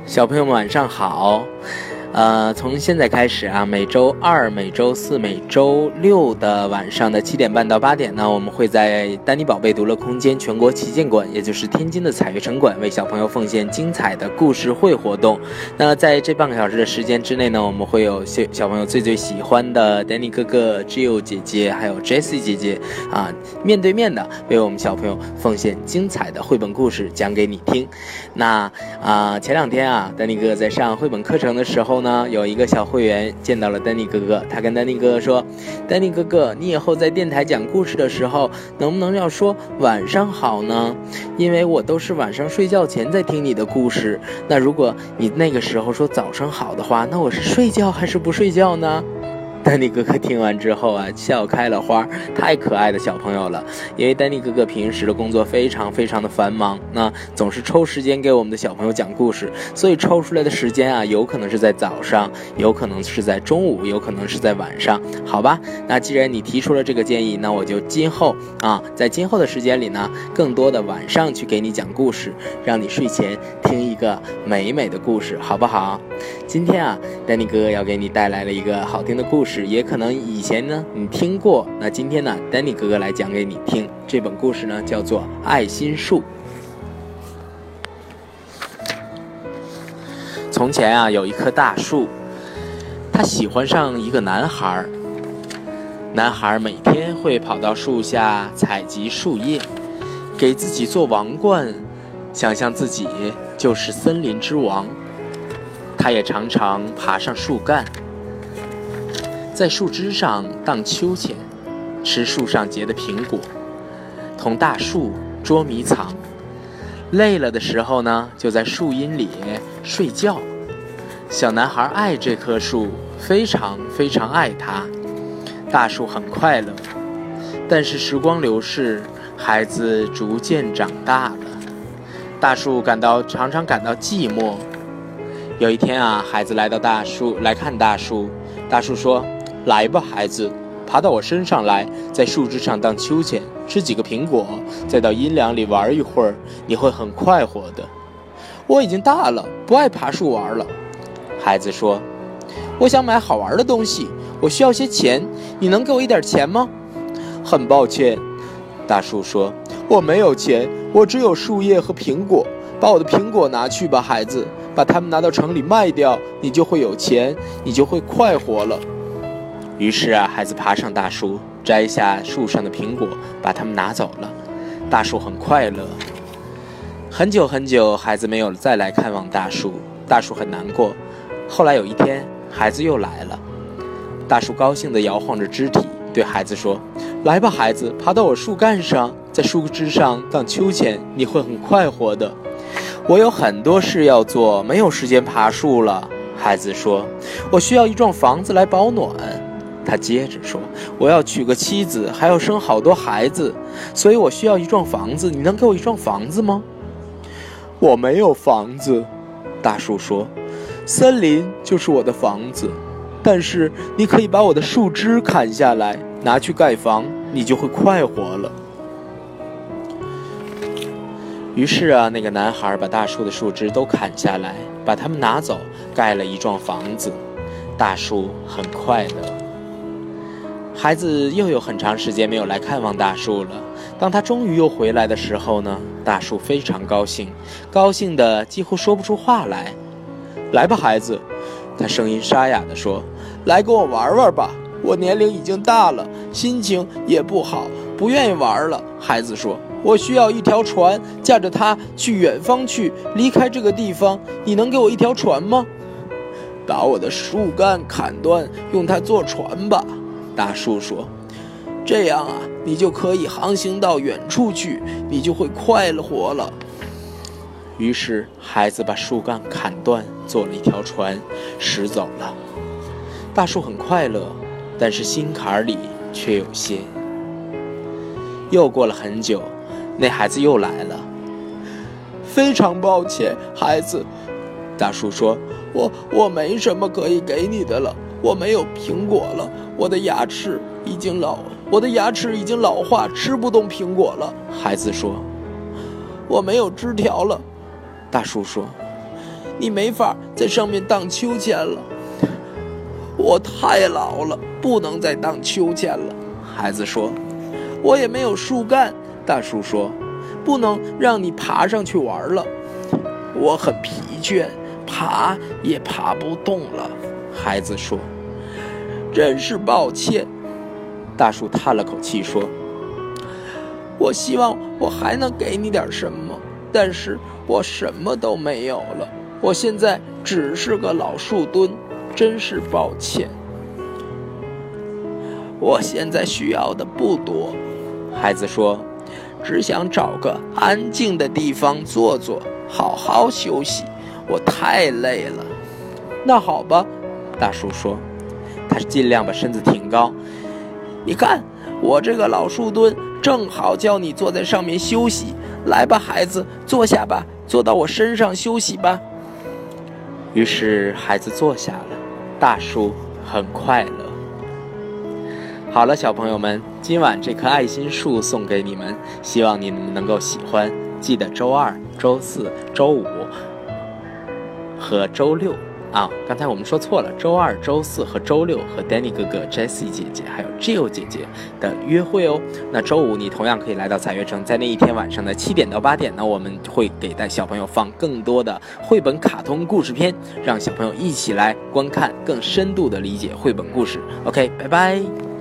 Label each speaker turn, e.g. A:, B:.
A: 小朋友们晚上好。从现在开始啊，每周二、每周四、每周六的晚上的7点半到8点呢，我们会在丹尼宝贝读乐空间全国旗舰馆，也就是天津的彩悦城馆，为小朋友奉献精彩的故事会活动。那在这半个小时的时间之内呢，我们会有小朋友最喜欢的丹尼哥哥、Jill 姐姐还有 Jessie 姐姐啊，面对面的为我们小朋友奉献精彩的绘本故事讲给你听。那前两天啊，丹尼哥哥在上绘本课程的时候呢，有一个小会员见到了丹尼哥哥，他跟丹尼哥哥说，丹尼哥哥，你以后在电台讲故事的时候能不能要说晚上好呢？因为我都是晚上睡觉前在听你的故事，那如果你那个时候说早上好的话，那我是睡觉还是不睡觉呢？丹尼哥哥听完之后啊，笑开了花，太可爱的小朋友了。因为丹尼哥哥平时的工作非常的繁忙，那总是抽时间给我们的小朋友讲故事，所以抽出来的时间啊，有可能是在早上，有可能是在中午，有可能是在晚上，好吧？那既然你提出了这个建议，那我就在今后的时间里呢，更多的晚上去给你讲故事，让你睡前听一个美美的故事，好不好？今天啊，丹尼哥哥要给你带来了一个好听的故事，也可能以前呢你听过，那今天呢，丹尼哥哥来讲给你听。这本故事呢叫做《爱心树》。从前啊，有一棵大树，他喜欢上一个男孩。男孩每天会跑到树下采集树叶，给自己做王冠，想象自己就是森林之王。他也常常爬上树干，在树枝上荡秋千，吃树上结的苹果，同大树捉迷藏。累了的时候呢，就在树荫里睡觉。小男孩爱这棵树，非常爱它。大树很快乐，但是时光流逝，孩子逐渐长大了，大树常常感到寂寞。有一天啊，孩子来看大树，大树说，来吧孩子，爬到我身上来，在树枝上荡秋千，吃几个苹果，再到阴凉里玩一会儿，你会很快活的。我已经大了，不爱爬树玩了。孩子说，我想买好玩的东西，我需要些钱，你能给我一点钱吗？很抱歉，大树说，我没有钱，我只有树叶和苹果，把我的苹果拿去吧孩子，把它们拿到城里卖掉，你就会有钱，你就会快活了。于是啊，孩子爬上大树，摘下树上的苹果，把它们拿走了。大树很快乐。很久，孩子没有再来看望大树，大树很难过。后来有一天，孩子又来了，大树高兴地摇晃着肢体，对孩子说，来吧孩子，爬到我树干上，在树枝上荡秋千，你会很快活的。我有很多事要做，没有时间爬树了。孩子说，我需要一幢房子来保暖。他接着说，我要娶个妻子，还要生好多孩子，所以我需要一幢房子，你能给我一幢房子吗？我没有房子，大树说，森林就是我的房子，但是你可以把我的树枝砍下来，拿去盖房，你就会快活了。于是啊，那个男孩把大树的树枝都砍下来，把它们拿走，盖了一幢房子。大树很快乐。孩子又有很长时间没有来看望大树了。当他终于又回来的时候呢，大树非常高兴，高兴的几乎说不出话来。来吧孩子，他声音沙哑地说，来跟我玩玩吧，我年龄已经大了，心情也不好，不愿意玩了。孩子说，我需要一条船，驾着它去远方去，离开这个地方，你能给我一条船吗？把我的树干砍断，用它做船吧。大树说，这样啊，你就可以航行到远处去，你就会快活了。于是孩子把树干砍断，做了一条船，驶走了。大树很快乐，但是心坎里却有些。又过了很久，那孩子又来了。非常抱歉，孩子，大树说，我没什么可以给你的了，我没有苹果了，我的牙齿已经老化，吃不动苹果了。孩子说，我没有枝条了。大树说，
B: 你没法在上面荡秋千了。我太老了，不能再荡秋千了，孩子说。我也没有树干，大树说，不能让你爬上去玩了。我很疲倦，爬也爬不动了，孩子说。真是抱歉，大树叹了口气说。我希望我还能给你点什么，但是我什么都没有了。我现在只是个老树墩，真是抱歉。我现在需要的不多，孩子说，只想找个安静的地方坐坐，好好休息。我太累了。那好吧，大树说，他尽量把身子挺高。你看，我这个老树墩正好叫你坐在上面休息。来吧，孩子，坐下吧，坐到我身上休息吧。于是孩子坐下了，大树很快乐。好了，小朋友们，今晚这棵爱心树送给你们，希望你们能够喜欢。记得周二、周四、周五和周六刚才我们说错了，周二、周四和周六和 Danny 哥哥、Jessie 姐姐还有 Jill 姐姐的约会哦。那周五你同样可以来到彩悦城，在那一天晚上的7点到8点呢，我们会给带小朋友放更多的绘本卡通故事片，让小朋友一起来观看，更深度的理解绘本故事。OK， 拜拜。